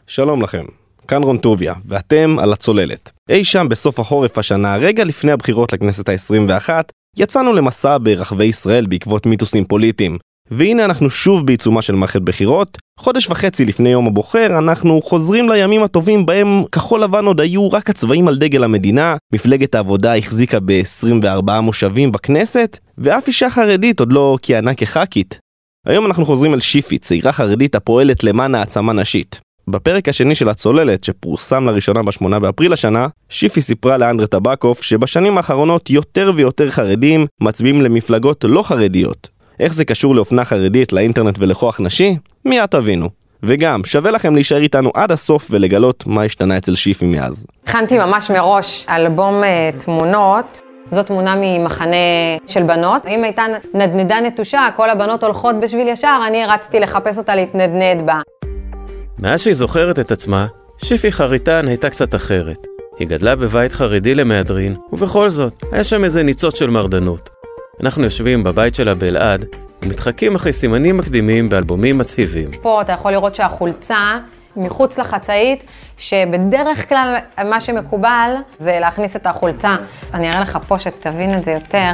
שלום לכם, כאן רון טוביה, ואתם על הצוללת. אי שם בסוף החורף השנה, רגע לפני הבחירות לכנסת ה-21, יצאנו למסע ברחבי ישראל בעקבות מיתוסים פוליטיים. והנה אנחנו שוב בעיצומה של מערכת בחירות. חודש וחצי לפני יום הבוחר, אנחנו חוזרים לימים הטובים בהם כחול לבן עוד היו רק הצבעים על דגל המדינה, מפלגת העבודה החזיקה ב-24 מושבים בכנסת, ואף אישה חרדית עוד לא כיהנה כח"כית. היום אנחנו חוזרים אל שיפי, צעירה חרדית הפועלת למען העצמה נשית. בפרק השני של הצוללת, שפורסם לראשונה ב8 באפריל השנה, שיפי סיפרה לאנדרי טבקוף שבשנים האחרונות יותר ויותר חרדים מצביעים למפלגות לא חרדיות. איך זה קשור לאופנה חרדית, לאינטרנט ולכוח נשי? מיד תבינו. וגם, שווה לכם להישאר איתנו עד הסוף ולגלות מה השתנה אצל שיפי מאז. הכנתי ממש מראש אלבום תמונות. זו תמונה ממחנה של בנות. אם הייתה נדנדה נטושה, כל הבנות הולכות בשביל ישר, אני רצתי לחפש אותה להתנדנד בה. מאז שהיא זוכרת את עצמה, שיפי חריטן הייתה קצת אחרת. היא גדלה בבית חרדי למהדרין, ובכל זאת, היה שם איזה ניצוץ של מרדנות. אנחנו יושבים בבית שלה באלעד, ומתחקים אחרי סימנים מקדימים באלבומים מצהיבים. פה אתה יכול לראות שהחולצה מחוץ לחצאית, שבדרך כלל מה שמקובל זה להכניס את החולצה. אני אראה לך פה שתבין את זה יותר.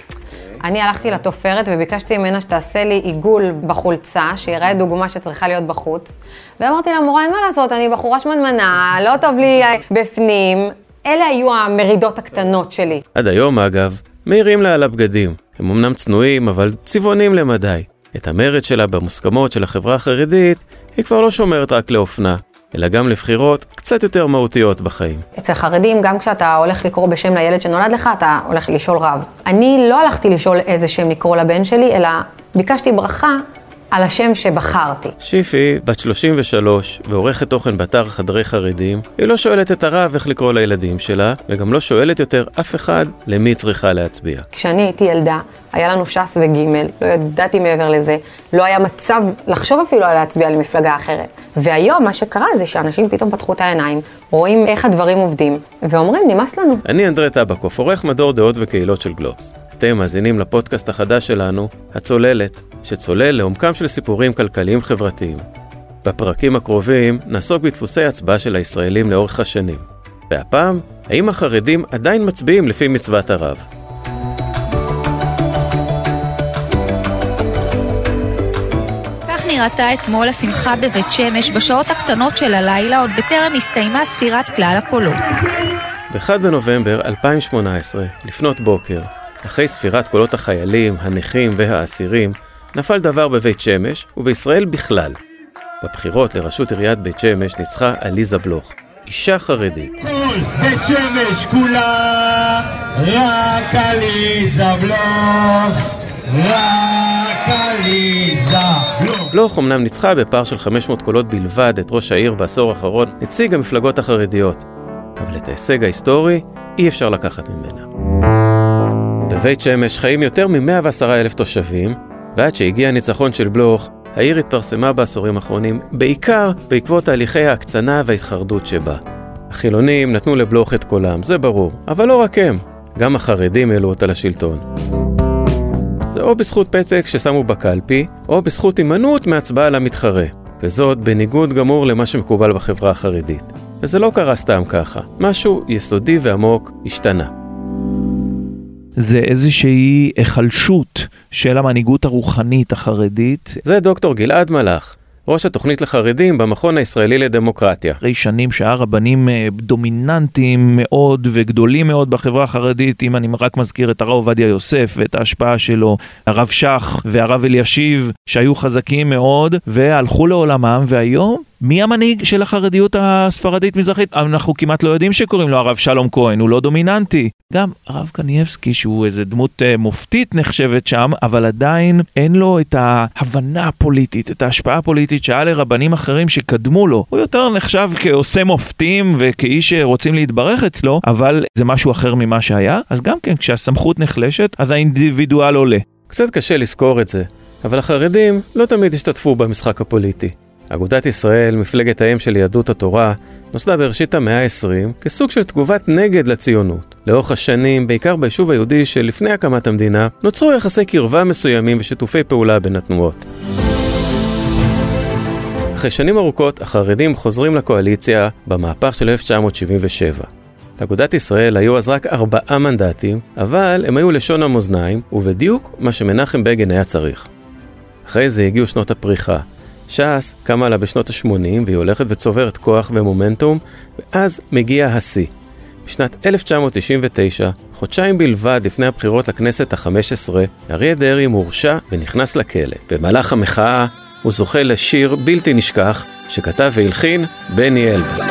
אני הלכתי לתופרת וביקשתי ממנה שתעשה לי עיגול בחולצה, שיראה דוגמה שצריכה להיות בחוץ. ואמרתי לה, מורה, אין מה לעשות, אני בחורה שמנמנה, לא טוב לי בפנים. אלה היו המרידות הקטנות שלי. עד היום, אגב, מאירים לה על הבגדים. הם אמנם צנועים, אבל צבעונים למדי. את המרד שלה במוסכמות של החברה החרדית, היא כבר לא שומרת רק לאופנה, אלא גם לבחירות קצת יותר מהותיות בחיים. אצל חרדים, גם כשאתה הולך לקרוא בשם לילד שנולד לך, אתה הולך לשאול רב. אני לא הלכתי לשאול איזה שם לקרוא לבן שלי, אלא ביקשתי ברכה על השם שבחרתי. שיפי, בת 33, ועורכת תוכן באתר חדרי חרדים, היא לא שואלת את הרב איך לקרוא לילדים שלה, וגם לא שואלת יותר אף אחד למי צריכה להצביע. כשאני הייתי ילדה, היה לנו ש"ס וגימל, לא ידעתי מעבר לזה, לא היה מצב לחשוב אפילו על להצביע למפלגה אחרת. והיום מה שקרה זה שאנשים פתאום פתחו את העיניים, רואים איך הדברים עובדים, ואומרים, נמאס לנו. אני אנדרי טבקוף, עורך מדור דעות וקהילות של גלובס. אתם מאזינים לפודקאסט החדש שלנו, הצוללת, שצולל לעומקם של סיפורים כלכליים חברתיים. בפרקים הקרובים נעסוק בדפוסי הצבעה של הישראלים לאורך השנים. והפעם, האם החרדים עדיין מצביעים לפי מצוות הרב? כך נראתה אתמול השמחה בבית שמש בשעות הקטנות של הלילה, עוד בטרם הסתיימה ספירת כלל הקולות. ב-1 בנובמבר 2018, לפנות בוקר, אחרי ספירת קולות החיילים, הנכים והאסירים, נפל דבר בבית שמש ובישראל בכלל. בבחירות לראשות עיריית בית שמש ניצחה עליזה בלוך, אישה חרדית. כל בית שמש כולה, רק עליזה בלוך, רק עליזה בלוך. בלוך אמנם ניצחה בפער של 500 קולות בלבד את ראש העיר בעשור האחרון, נציג המפלגות החרדיות. אבל את ההישג ההיסטורי אי אפשר לקחת ממנה. בבית שמש חיים יותר מ-110,000 תושבים, ועד שהגיע הניצחון של בלוך, העיר התפרסמה בעשורים האחרונים, בעיקר בעקבות תהליכי ההקצנה וההתחרדות שבה. החילונים נתנו לבלוך את קולם, זה ברור, אבל לא רק הם, גם החרדים העלו אותה לשלטון. זה או בזכות פתק ששמו בקלפי, או בזכות הימנעות מהצבעה למתחרה, וזאת בניגוד גמור למה שמקובל בחברה החרדית. וזה לא קרה סתם ככה, משהו יסודי ועמוק השתנה. זה איזושהי החלשות של המנהיגות הרוחנית החרדית. זה דוקטור גלעד מלאך, ראש התוכנית לחרדים במכון הישראלי לדמוקרטיה. אחרי שנים שהרבנים דומיננטיים מאוד וגדולים מאוד בחברה החרדית, אם אני רק מזכיר את הרב עובדיה יוסף ואת ההשפעה שלו, הרב שך והרב אלישיב, שהיו חזקים מאוד והלכו לעולמם, והיום מי המנהיג של החרדיות הספרדית מזרחית? אנחנו כמעט לא יודעים שקוראים לו הרב שלום כהן, הוא לא דומיננטי. גם הרב קניאבסקי, שהוא איזה דמות מופתית נחשבת שם, אבל עדיין אין לו את ההבנה הפוליטית, את ההשפעה הפוליטית שהיה לרבנים אחרים שקדמו לו. הוא יותר נחשב כעושה מופתים וכאיש שרוצים להתברך אצלו, אבל זה משהו אחר ממה שהיה. אז גם כן, כשהסמכות נחלשת, אז האינדיבידואל עולה. קצת קשה לזכור את זה, אבל החרדים לא תמיד השתתפו במשחק הפוליטי. אגודת ישראל, מפלגת האם של יהדות התורה, נוסדה בראשית המאה ה-20 כסוג של תגובת נגד לציונות. לאורך השנים, בעיקר ביישוב היהודי שלפני הקמת המדינה, נוצרו יחסי קרבה מסוימים ושיתופי פעולה בין התנועות. אחרי שנים ארוכות, החרדים חוזרים לקואליציה במהפך של 1977. לאגודת ישראל היו אז רק 4 מנדטים, אבל הם היו לשון המאזניים, ובדיוק מה שמנחם בגין היה צריך. אחרי זה הגיעו שנות הפריחה. ש"ס קמה לה בשנות ה-80, והיא הולכת וצוברת כוח ומומנטום, ואז מגיע השיא. בשנת 1999, חודשיים בלבד לפני הבחירות לכנסת ה-15, אריה דרעי מורשע ונכנס לכלא. במהלך המחאה הוא זוכה לשיר בלתי נשכח שכתב והלחין בני אלבז.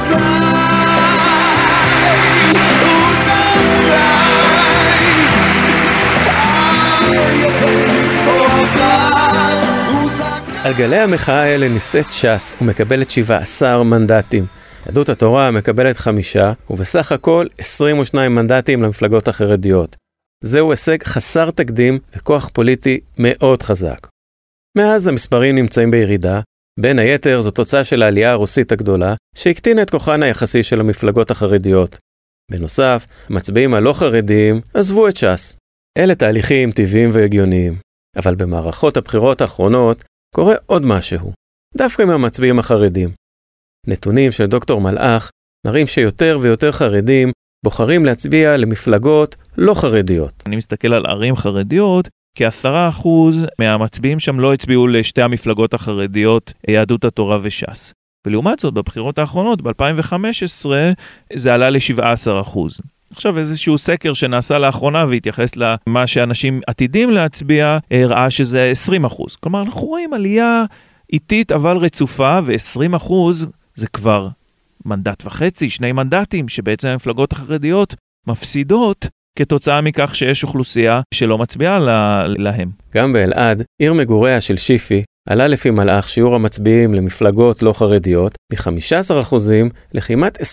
על גלי המחאה האלה נישאת ש"ס ומקבלת 17 מנדטים. יהדות התורה מקבלת 5, ובסך הכל 22 מנדטים למפלגות החרדיות. זהו הישג חסר תקדים וכוח פוליטי מאוד חזק. מאז המספרים נמצאים בירידה, בין היתר זו תוצאה של העלייה הרוסית הגדולה, שהקטינה את כוחן היחסי של המפלגות החרדיות. בנוסף, המצביעים הלא חרדיים עזבו את ש"ס. אלה תהליכים טבעיים והגיוניים. אבל במערכות הבחירות האחרונות קורה עוד משהו, דווקא עם המצביעים החרדים. נתונים של דוקטור מלאך מראים שיותר ויותר חרדים בוחרים להצביע למפלגות לא חרדיות. אני מסתכל על ערים חרדיות, כ10% מהמצביעים שם לא הצביעו לשתי המפלגות החרדיות, יהדות התורה וש"ס. ולעומת זאת, בבחירות האחרונות, ב-2015, זה עלה ל17%. עכשיו איזשהו סקר שנעשה לאחרונה והתייחס למה שאנשים עתידים להצביע, הראה שזה 20%. כלומר, אנחנו רואים עלייה איטית אבל רצופה, ו20% זה כבר 1.5 מנדט, 2 מנדטים, שבעצם המפלגות החרדיות מפסידות כתוצאה מכך שיש אוכלוסייה שלא מצביעה להם. גם באלעד, עיר מגוריה של שיפי, עלה לפי מלאך שיעור המצביעים למפלגות לא חרדיות מ-15% לכמעט 25%.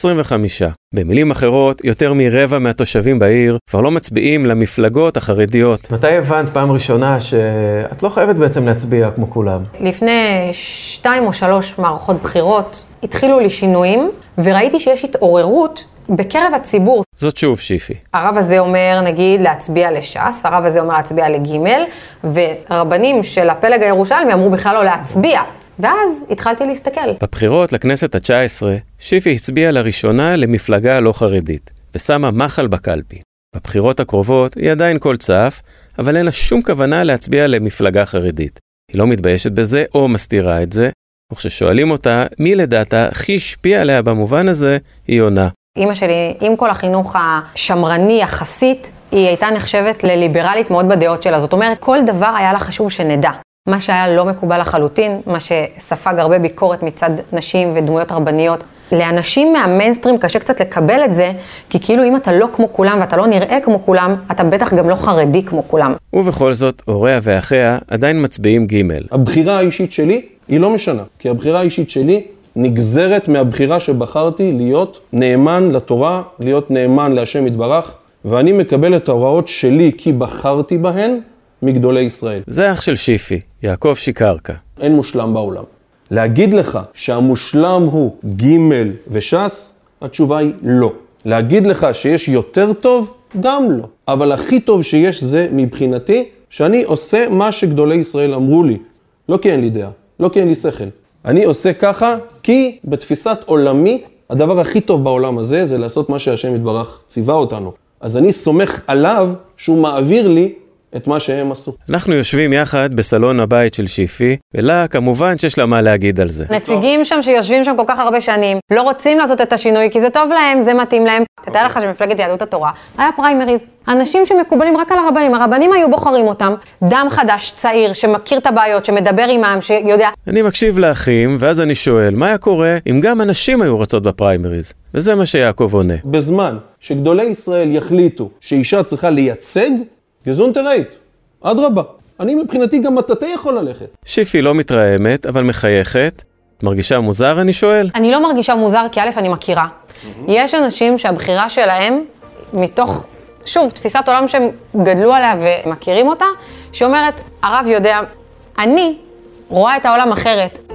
במילים אחרות, יותר מרבע מהתושבים בעיר כבר לא מצביעים למפלגות החרדיות. מתי הבנת פעם ראשונה שאת לא חייבת בעצם להצביע כמו כולם? לפני 2 או 3 מערכות בחירות התחילו לי שינויים, וראיתי שיש התעוררות בקרב הציבור. זאת שוב שיפי. הרב הזה אומר, נגיד, להצביע לש"ס, הרב הזה אומר להצביע לגימל, והרבנים של הפלג הירושלמי אמרו בכלל לא להצביע. ואז התחלתי להסתכל. בבחירות לכנסת ה-19, שיפי הצביעה לראשונה למפלגה לא חרדית, ושמה מחל בקלפי. בבחירות הקרובות היא עדיין כל צף, אבל אין לה שום כוונה להצביע למפלגה חרדית. היא לא מתביישת בזה או מסתירה את זה, וכששואלים אותה מי לדעתה הכי השפיע עליה במובן הזה, היא עונה. אמא שלי, עם כל החינוך השמרני יחסית, היא הייתה נחשבת לליברלית מאוד בדעות שלה. זאת אומרת, כל דבר היה לה חשוב שנדע. מה שהיה לא מקובל לחלוטין, מה שספג הרבה ביקורת מצד נשים ודמויות רבניות. לאנשים מהמיינסטרים קשה קצת לקבל את זה, כי כאילו אם אתה לא כמו כולם ואתה לא נראה כמו כולם, אתה בטח גם לא חרדי כמו כולם. ובכל זאת, הוריה ואחיה עדיין מצביעים גימל. הבחירה האישית שלי היא לא משנה, כי הבחירה האישית שלי נגזרת מהבחירה שבחרתי להיות נאמן לתורה, להיות נאמן להשם יתברך, ואני מקבל את ההוראות שלי כי בחרתי בהן מגדולי ישראל. זה אח של שיפי, יעקב שיקרקה. אין מושלם בעולם. להגיד לך שהמושלם הוא גימל וש"ס, התשובה היא לא. להגיד לך שיש יותר טוב, גם לא. אבל הכי טוב שיש זה מבחינתי, שאני עושה מה שגדולי ישראל אמרו לי. לא כי אין לי דעה, לא כי אין לי שכל. אני עושה ככה כי בתפיסת עולמי, הדבר הכי טוב בעולם הזה זה לעשות מה שהשם יתברך ציווה אותנו. אז אני סומך עליו שהוא מעביר לי את מה שהם עשו. אנחנו יושבים יחד בסלון הבית של שיפי, ולה כמובן שיש לה מה להגיד על זה. נציגים שם שיושבים שם כל כך הרבה שנים, לא רוצים לעשות את השינוי כי זה טוב להם, זה מתאים להם. תתאר לך שמפלגת יהדות התורה היה פריימריז. אנשים שמקובלים רק על הרבנים, הרבנים היו בוחרים אותם, דם חדש, צעיר, שמכיר את הבעיות, שמדבר עימם, שיודע. אני מקשיב לאחים, ואז אני שואל, מה היה קורה אם גם אנשים היו רצות בפריימריז? וזה מה שיעקב עונה. בזמן שגדולי ישראל יחליטו שאישה צריכה לייצג, גזונט רייט, אדרבה. אני מבחינתי גם מטאטא יכול ללכת. שיפי לא מתרעמת, אבל מחייכת. מרגישה מוזר, אני שואל? אני לא מרגישה מוזר, כי א' אני מכירה. יש אנשים שהבחירה שלהם, מתוך, שוב, תפיסת עולם שהם גדלו עליה ומכירים אותה, שאומרת, הרב יודע, אני רואה את העולם אחרת.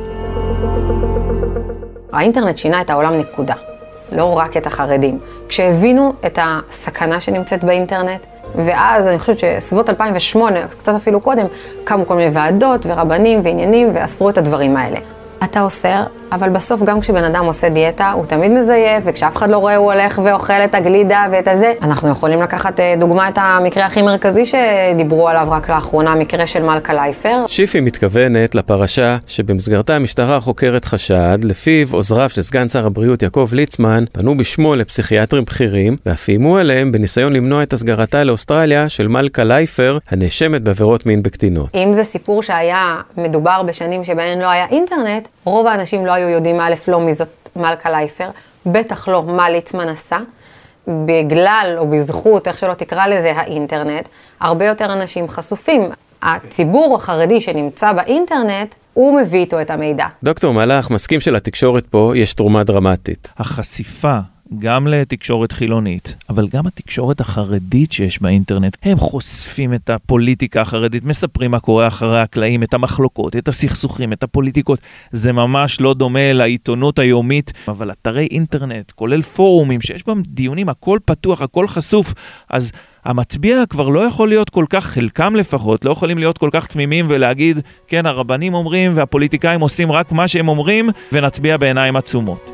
האינטרנט שינה את העולם נקודה, לא רק את החרדים. כשהבינו את הסכנה שנמצאת באינטרנט, ואז אני חושבת שסביבות 2008, קצת אפילו קודם, קמו כל מיני ועדות ורבנים ועניינים ואסרו את הדברים האלה. אתה אוסר, אבל בסוף גם כשבן אדם עושה דיאטה, הוא תמיד מזייף, וכשאף אחד לא רואה, הוא הולך ואוכל את הגלידה ואת הזה. אנחנו יכולים לקחת דוגמה את המקרה הכי מרכזי שדיברו עליו רק לאחרונה, מקרה של מלכה לייפר. שיפי מתכוונת לפרשה שבמסגרתה המשטרה חוקרת חשד, לפיו עוזריו של סגן שר הבריאות יעקב ליצמן פנו בשמו לפסיכיאטרים בכירים, ואפיימו עליהם בניסיון למנוע את הסגרתה לאוסטרליה של מלכה לייפר, הנאשמת בעבירות מין בקטינות. אם זה סיפור שהיה מדובר בשנים שבהן לא היה אינטרנט, רוב האנשים לא היו יודעים א' לא מי זאת מלכה לייפר, בטח לא מה ליצמן עשה, בגלל או בזכות, איך שלא תקרא לזה, האינטרנט, הרבה יותר אנשים חשופים. הציבור החרדי שנמצא באינטרנט, הוא מביא איתו את המידע. דוקטור מלאך מסכים שלתקשורת פה יש תרומה דרמטית. החשיפה גם לתקשורת חילונית, אבל גם התקשורת החרדית שיש באינטרנט, הם חושפים את הפוליטיקה החרדית, מספרים מה קורה אחרי הקלעים, את המחלוקות, את הסכסוכים, את הפוליטיקות. זה ממש לא דומה לעיתונות היומית, אבל אתרי אינטרנט, כולל פורומים שיש בהם דיונים, הכל פתוח, הכל חשוף, אז המצביע כבר לא יכול להיות כל כך, חלקם לפחות, לא יכולים להיות כל כך תמימים ולהגיד, כן, הרבנים אומרים והפוליטיקאים עושים רק מה שהם אומרים, ונצביע בעיניים עצומות.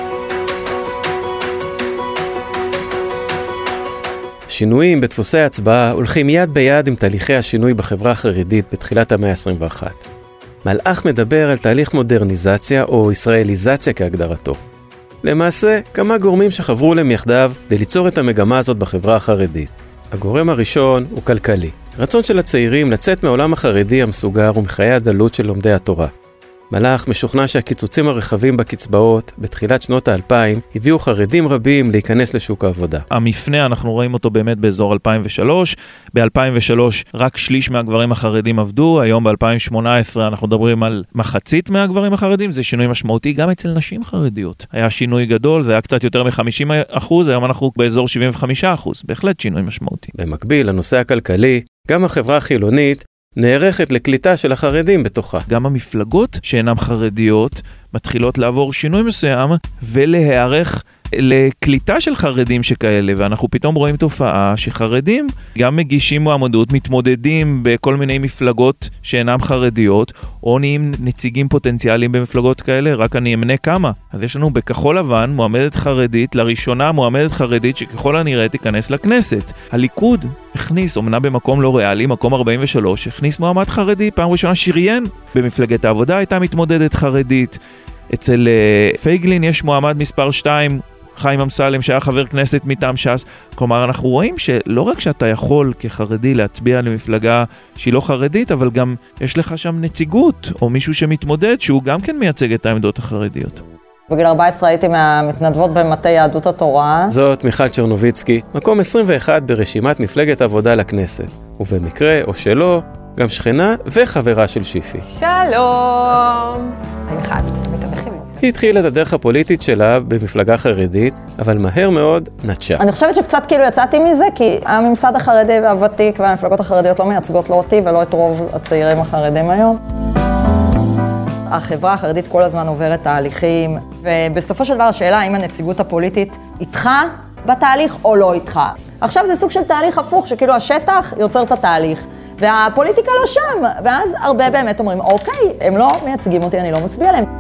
שינויים בדפוסי ההצבעה הולכים יד ביד עם תהליכי השינוי בחברה החרדית בתחילת המאה ה-21. מלאך מדבר על תהליך מודרניזציה או ישראליזציה כהגדרתו. למעשה, כמה גורמים שחברו להם יחדיו כדי ליצור את המגמה הזאת בחברה החרדית. הגורם הראשון הוא כלכלי. רצון של הצעירים לצאת מעולם החרדי המסוגר ומחיי הדלות של לומדי התורה. מלאך משוכנע שהקיצוצים הרחבים בקצבאות בתחילת שנות ה-2000 הביאו חרדים רבים להיכנס לשוק העבודה. המפנה, אנחנו רואים אותו באמת באזור 2003. ב-2003 רק שליש מהגברים החרדים עבדו, היום ב-2018 אנחנו מדברים על מחצית מהגברים החרדים, זה שינוי משמעותי גם אצל נשים חרדיות. היה שינוי גדול, זה היה קצת יותר מ-50%, היום אנחנו באזור 75%, בהחלט שינוי משמעותי. במקביל, לנושא הכלכלי, גם החברה החילונית נערכת לקליטה של החרדים בתוכה. גם המפלגות שאינם חרדיות מתחילות לעבור שינוי מסוים ולהיערך לקליטה של חרדים שכאלה, ואנחנו פתאום רואים תופעה שחרדים גם מגישים מועמדות, מתמודדים בכל מיני מפלגות שאינם חרדיות, או נהיים נציגים פוטנציאליים במפלגות כאלה, רק אני אמנה כמה. אז יש לנו בכחול לבן מועמדת חרדית, לראשונה מועמדת חרדית שככל הנראה תיכנס לכנסת. הליכוד הכניס, אומנה במקום לא ריאלי, מקום 43, הכניס מועמד חרדי, פעם ראשונה שריין. במפלגת העבודה הייתה מתמודדת חרדית. אצל פייגלין יש מועמד מספר 2, חיים אמסלם, שהיה חבר כנסת מטעם ש"ס. כלומר, אנחנו רואים שלא רק שאתה יכול כחרדי להצביע למפלגה שהיא לא חרדית, אבל גם יש לך שם נציגות, או מישהו שמתמודד, שהוא גם כן מייצג את העמדות החרדיות. בגיל 14 הייתי מהמתנדבות במטה יהדות התורה. זאת מיכל צ'רנוביצקי, מקום 21 ברשימת מפלגת עבודה לכנסת. ובמקרה, או שלא, גם שכנה וחברה של שיפי. שלום! אני מיכל, מתאבכים. היא התחילה את הדרך הפוליטית שלה במפלגה חרדית, אבל מהר מאוד נטשה. אני חושבת שקצת כאילו יצאתי מזה, כי הממסד החרדי והוותיק והמפלגות החרדיות לא מייצגות לא אותי ולא את רוב הצעירים החרדים היום. החברה החרדית כל הזמן עוברת תהליכים, ובסופו של דבר השאלה האם הנציגות הפוליטית איתך בתהליך או לא איתך. עכשיו זה סוג של תהליך הפוך, שכאילו השטח יוצר את התהליך, והפוליטיקה לא שם, ואז הרבה באמת אומרים, אוקיי, הם לא מייצגים אותי, אני לא מצביע להם.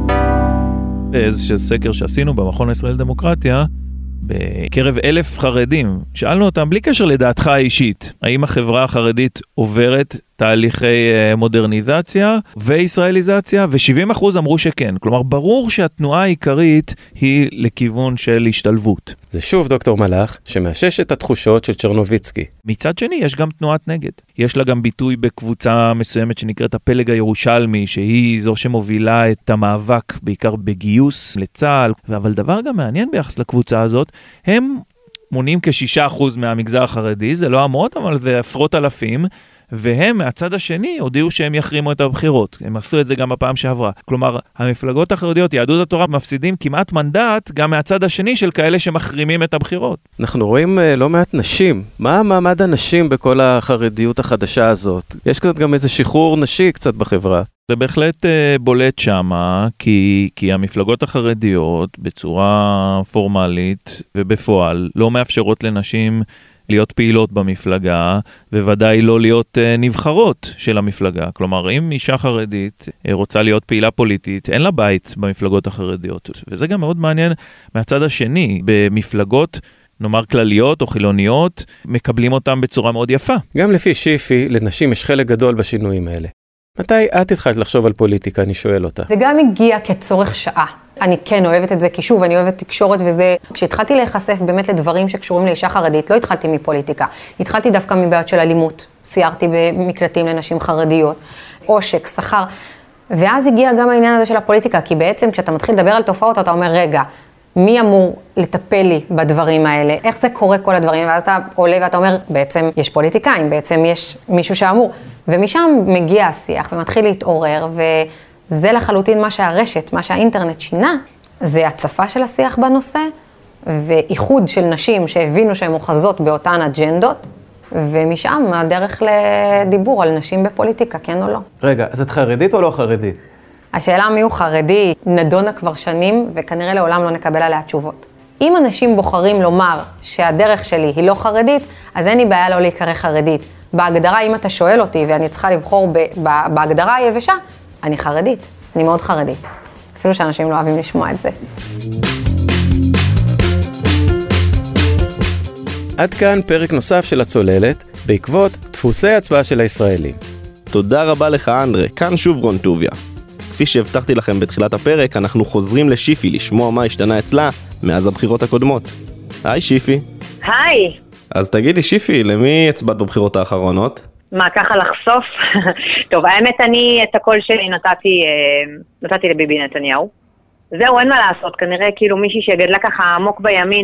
איזשהו סקר שעשינו במכון הישראלי לדמוקרטיה, בקרב 1,000 חרדים, שאלנו אותם בלי קשר לדעתך האישית, האם החברה החרדית עוברת תהליכי מודרניזציה וישראליזציה, ו-70% אמרו שכן. כלומר, ברור שהתנועה העיקרית היא לכיוון של השתלבות. זה שוב דוקטור מלאך, שמאשש את התחושות של צ'רנוביצקי. מצד שני, יש גם תנועת נגד. יש לה גם ביטוי בקבוצה מסוימת שנקראת הפלג הירושלמי, שהיא זו שמובילה את המאבק, בעיקר בגיוס לצה"ל. אבל דבר גם מעניין ביחס לקבוצה הזאת, הם מונים כ6% מהמגזר החרדי, זה לא המאות, אבל זה עשרות אלפים, והם מהצד השני הודיעו שהם יחרימו את הבחירות. הם עשו את זה גם בפעם שעברה. כלומר, המפלגות החרדיות, יהדות התורה, מפסידים כמעט מנדט גם מהצד השני של כאלה שמחרימים את הבחירות. אנחנו רואים לא מעט נשים. מה מעמד הנשים בכל החרדיות החדשה הזאת? יש קצת גם איזה שחרור נשי קצת בחברה. זה בהחלט בולט שמה, כי המפלגות החרדיות בצורה פורמלית ובפועל לא מאפשרות לנשים להיות פעילות במפלגה, וודאי לא להיות נבחרות של המפלגה. כלומר, אם אישה חרדית רוצה להיות פעילה פוליטית, אין לה בית במפלגות החרדיות. וזה גם מאוד מעניין מהצד השני, במפלגות נאמר כלליות או חילוניות, מקבלים אותם בצורה מאוד יפה. גם לפי שיפי, לנשים יש חלק גדול בשינויים האלה. מתי את התחלת לחשוב על פוליטיקה, אני שואל אותה. זה גם הגיע כצורך שעה. אני כן אוהבת את זה, כי שוב, אני אוהבת תקשורת וזה... כשהתחלתי להיחשף באמת לדברים שקשורים לאישה חרדית, לא התחלתי מפוליטיקה. התחלתי דווקא מבעיות של אלימות. סיירתי במקלטים לנשים חרדיות, עושק, שכר. ואז הגיע גם העניין הזה של הפוליטיקה, כי בעצם כשאתה מתחיל לדבר על תופעות, אתה אומר, רגע, מי אמור לטפל לי בדברים האלה? איך זה קורה כל הדברים? ואז אתה עולה ואתה אומר, בעצם יש פוליטיקאים, בעצם יש מישהו שאמור. ומשם מגיע השיח ומתחיל להתעורר, וזה לחלוטין מה שהרשת, מה שהאינטרנט שינה, זה הצפה של השיח בנושא, ואיחוד של נשים שהבינו שהן אוחזות באותן אג'נדות, ומשם הדרך לדיבור על נשים בפוליטיקה, כן או לא. רגע, אז את חרדית או לא חרדית? השאלה מי הוא חרדי נדונה כבר שנים, וכנראה לעולם לא נקבל עליה תשובות. אם אנשים בוחרים לומר שהדרך שלי היא לא חרדית, אז אין לי בעיה לא להיקרא חרדית. בהגדרה, אם אתה שואל אותי ואני צריכה לבחור בהגדרה היבשה, אני חרדית. אני מאוד חרדית. אפילו שאנשים לא אוהבים לשמוע את זה. עד כאן פרק נוסף של הצוללת, בעקבות דפוסי הצבעה של הישראלים. תודה רבה לך אנדרה, כאן שוב רון טוביה. כפי שהבטחתי לכם בתחילת הפרק, אנחנו חוזרים לשיפי לשמוע מה השתנה אצלה מאז הבחירות הקודמות. היי שיפי. היי. אז תגידי שיפי, למי הצבעת בבחירות האחרונות? מה, ככה לחשוף? טוב, האמת אני את הקול שלי נתתי לביבי נתניהו. זהו, אין מה לעשות, כנראה כאילו מישהי שגדלה ככה עמוק בימין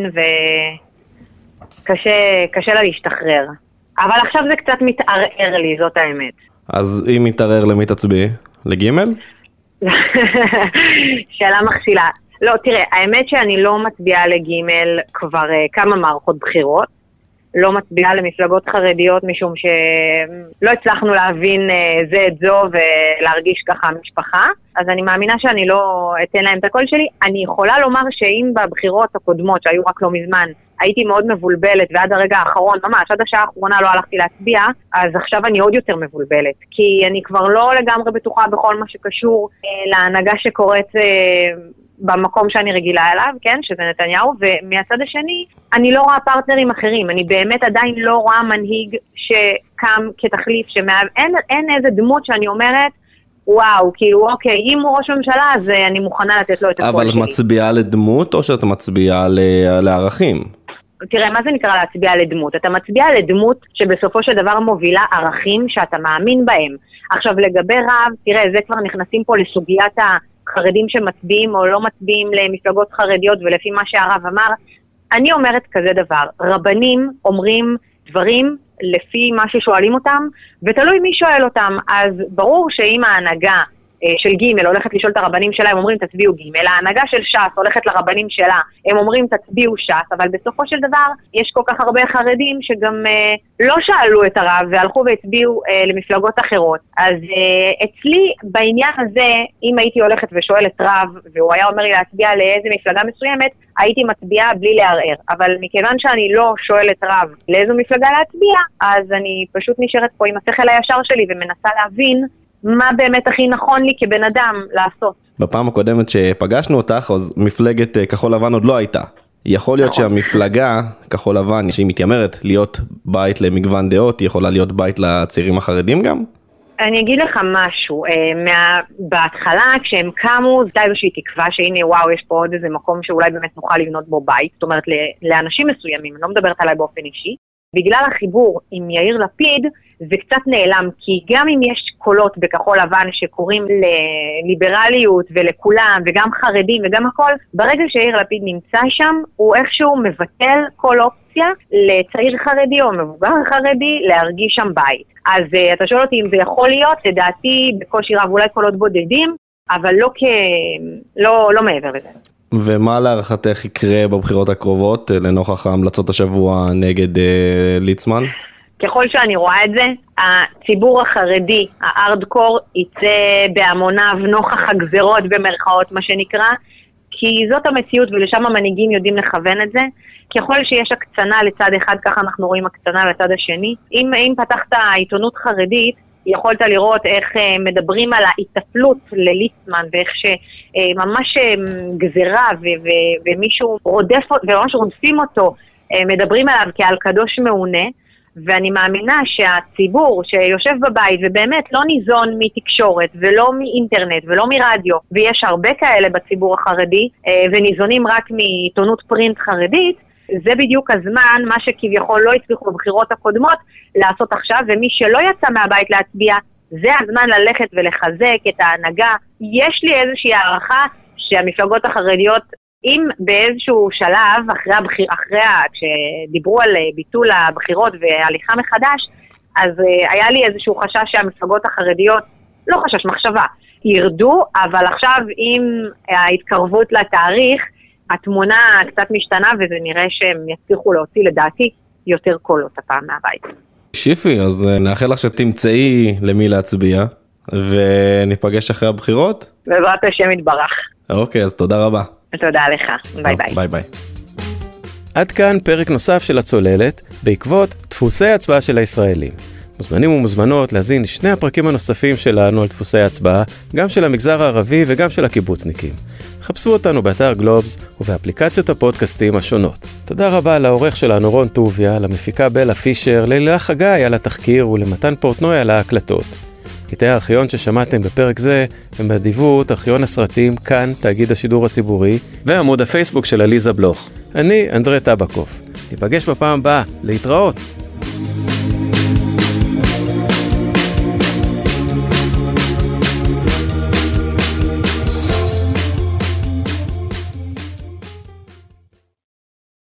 וקשה לה להשתחרר. אבל עכשיו זה קצת מתערער לי, זאת האמת. אז אם מתערער למי תצביעי? לגימל? שאלה מכשילה. לא, תראה, האמת שאני לא מצביעה לגימל כבר כמה מערכות בחירות. לא מצביעה למפלגות חרדיות משום שלא הצלחנו להבין זה את זו ולהרגיש ככה משפחה. אז אני מאמינה שאני לא אתן להם את הקול שלי. אני יכולה לומר שאם בבחירות הקודמות שהיו רק לא מזמן הייתי מאוד מבולבלת ועד הרגע האחרון, ממש עד השעה האחרונה לא הלכתי להצביע, אז עכשיו אני עוד יותר מבולבלת. כי אני כבר לא לגמרי בטוחה בכל מה שקשור להנהגה שקורית במקום שאני רגילה אליו, כן, שזה נתניהו, ומהצד השני, אני לא רואה פרטנרים אחרים, אני באמת עדיין לא רואה מנהיג שקם כתחליף, אין איזה דמות שאני אומרת, וואו, כאילו, אוקיי, אם הוא ראש ממשלה, אז אני מוכנה לתת לו את הקול שלי. אבל את מצביעה לדמות, או שאתה מצביעה לערכים? תראה, מה זה נקרא להצביע לדמות? אתה מצביע לדמות שבסופו של דבר מובילה ערכים שאתה מאמין בהם. עכשיו, לגבי רב, תראה, זה כבר נכנסים פה לסוגיית חרדים שמצביעים או לא מצביעים למפלגות חרדיות, ולפי מה שהרב אמר, אני אומרת כזה דבר, רבנים אומרים דברים לפי מה ששואלים אותם, ותלוי מי שואל אותם, אז ברור שאם ההנהגה של ג' הולכת לשאול את הרבנים שלה, הם אומרים תצביעו ג', ההנהגה של ש"ס הולכת לרבנים שלה, הם אומרים תצביעו ש"ס, אבל בסופו של דבר יש כל כך הרבה חרדים שגם לא שאלו את הרב והלכו והצביעו למפלגות אחרות. אז אצלי בעניין הזה, אם הייתי הולכת ושואלת רב, והוא היה אומר לי להצביע לאיזה מפלגה מסוימת, הייתי מצביעה בלי לערער. אבל מכיוון שאני לא שואלת רב לאיזו מפלגה להצביע, אז אני פשוט נשארת פה עם השכל הישר שלי ומנסה להבין מה באמת הכי נכון לי כבן אדם לעשות. בפעם הקודמת שפגשנו אותך, אז מפלגת כחול לבן עוד לא הייתה. יכול להיות שהמפלגה כחול לבן, שהיא מתיימרת להיות בית למגוון דעות, היא יכולה להיות בית לצעירים החרדים גם? אני אגיד לך משהו, בהתחלה כשהם קמו, זו איזושהי תקווה שהנה וואו, יש פה עוד איזה מקום שאולי באמת נוכל לבנות בו בית, זאת אומרת לאנשים מסוימים, אני לא מדברת עליי באופן אישי, בגלל החיבור עם יאיר לפיד, זה קצת נעלם, כי גם אם יש קולות בכחול לבן שקוראים לליברליות ולכולם, וגם חרדים וגם הכל, ברגע שיאיר לפיד נמצא שם, הוא איכשהו מבטל כל אופציה לצעיר חרדי או מבוגר חרדי להרגיש שם בית. אז אתה שואל אותי אם זה יכול להיות, לדעתי בקושי רב אולי קולות בודדים, אבל לא מעבר לזה. ומה להערכתך יקרה בבחירות הקרובות לנוכח ההמלצות השבוע נגד ליצמן? ככל שאני רואה את זה, הציבור החרדי, הארדקור, יצא בהמוניו נוכח הגזרות במרכאות מה שנקרא, כי זאת המציאות ולשם המנהיגים יודעים לכוון את זה. ככל שיש הקצנה לצד אחד, ככה אנחנו רואים הקצנה לצד השני. אם פתחת עיתונות חרדית, יכולת לראות איך מדברים על ההתאפלות לליצמן, ואיך שממש גזירה ומישהו רודף, וממש רודפים אותו, מדברים עליו כעל קדוש מעונה, ואני מאמינה שהציבור שיושב בבית ובאמת לא ניזון מתקשורת ולא מאינטרנט ולא מרדיו, ויש הרבה כאלה בציבור החרדי, וניזונים רק מעיתונות פרינט חרדית, זה בדיוק הזמן, מה שכביכול לא הצליחו בבחירות הקודמות, לעשות עכשיו, ומי שלא יצא מהבית להצביע, זה הזמן ללכת ולחזק את ההנהגה. יש לי איזושהי הערכה שהמפלגות החרדיות, אם באיזשהו שלב, כשדיברו על ביטול הבחירות והליכה מחדש, אז היה לי איזשהו חשש שהמפלגות החרדיות, לא חשש, מחשבה, ירדו, אבל עכשיו עם ההתקרבות לתאריך, התמונה קצת משתנה, וזה נראה שהם יצליחו להוציא לדעתי יותר קולות הפעם מהבית. שיפי, אז נאחל לך שתמצאי למי להצביע, וניפגש אחרי הבחירות. בעזרת השם יתברך. אוקיי, אז תודה רבה. תודה לך, ביי ביי. ביי ביי. עד כאן פרק נוסף של הצוללת, בעקבות דפוסי הצבעה של הישראלים. מוזמנים ומוזמנות להזין שני הפרקים הנוספים שלנו על דפוסי הצבעה, גם של המגזר הערבי וגם של הקיבוצניקים. חפשו אותנו באתר גלובס ובאפליקציות הפודקאסטים השונות. תודה רבה לעורך שלנו רון טוביה, למפיקה בלה פישר, ללילך חגי על התחקיר ולמתן פורטנוי על ההקלטות. קטעי הארכיון ששמעתם בפרק זה הם באדיבות ארכיון הסרטים כאן, תאגיד השידור הציבורי, ועמוד הפייסבוק של עליזה בלוך. אני אנדרי טבקוף. ניפגש בפעם הבאה, להתראות.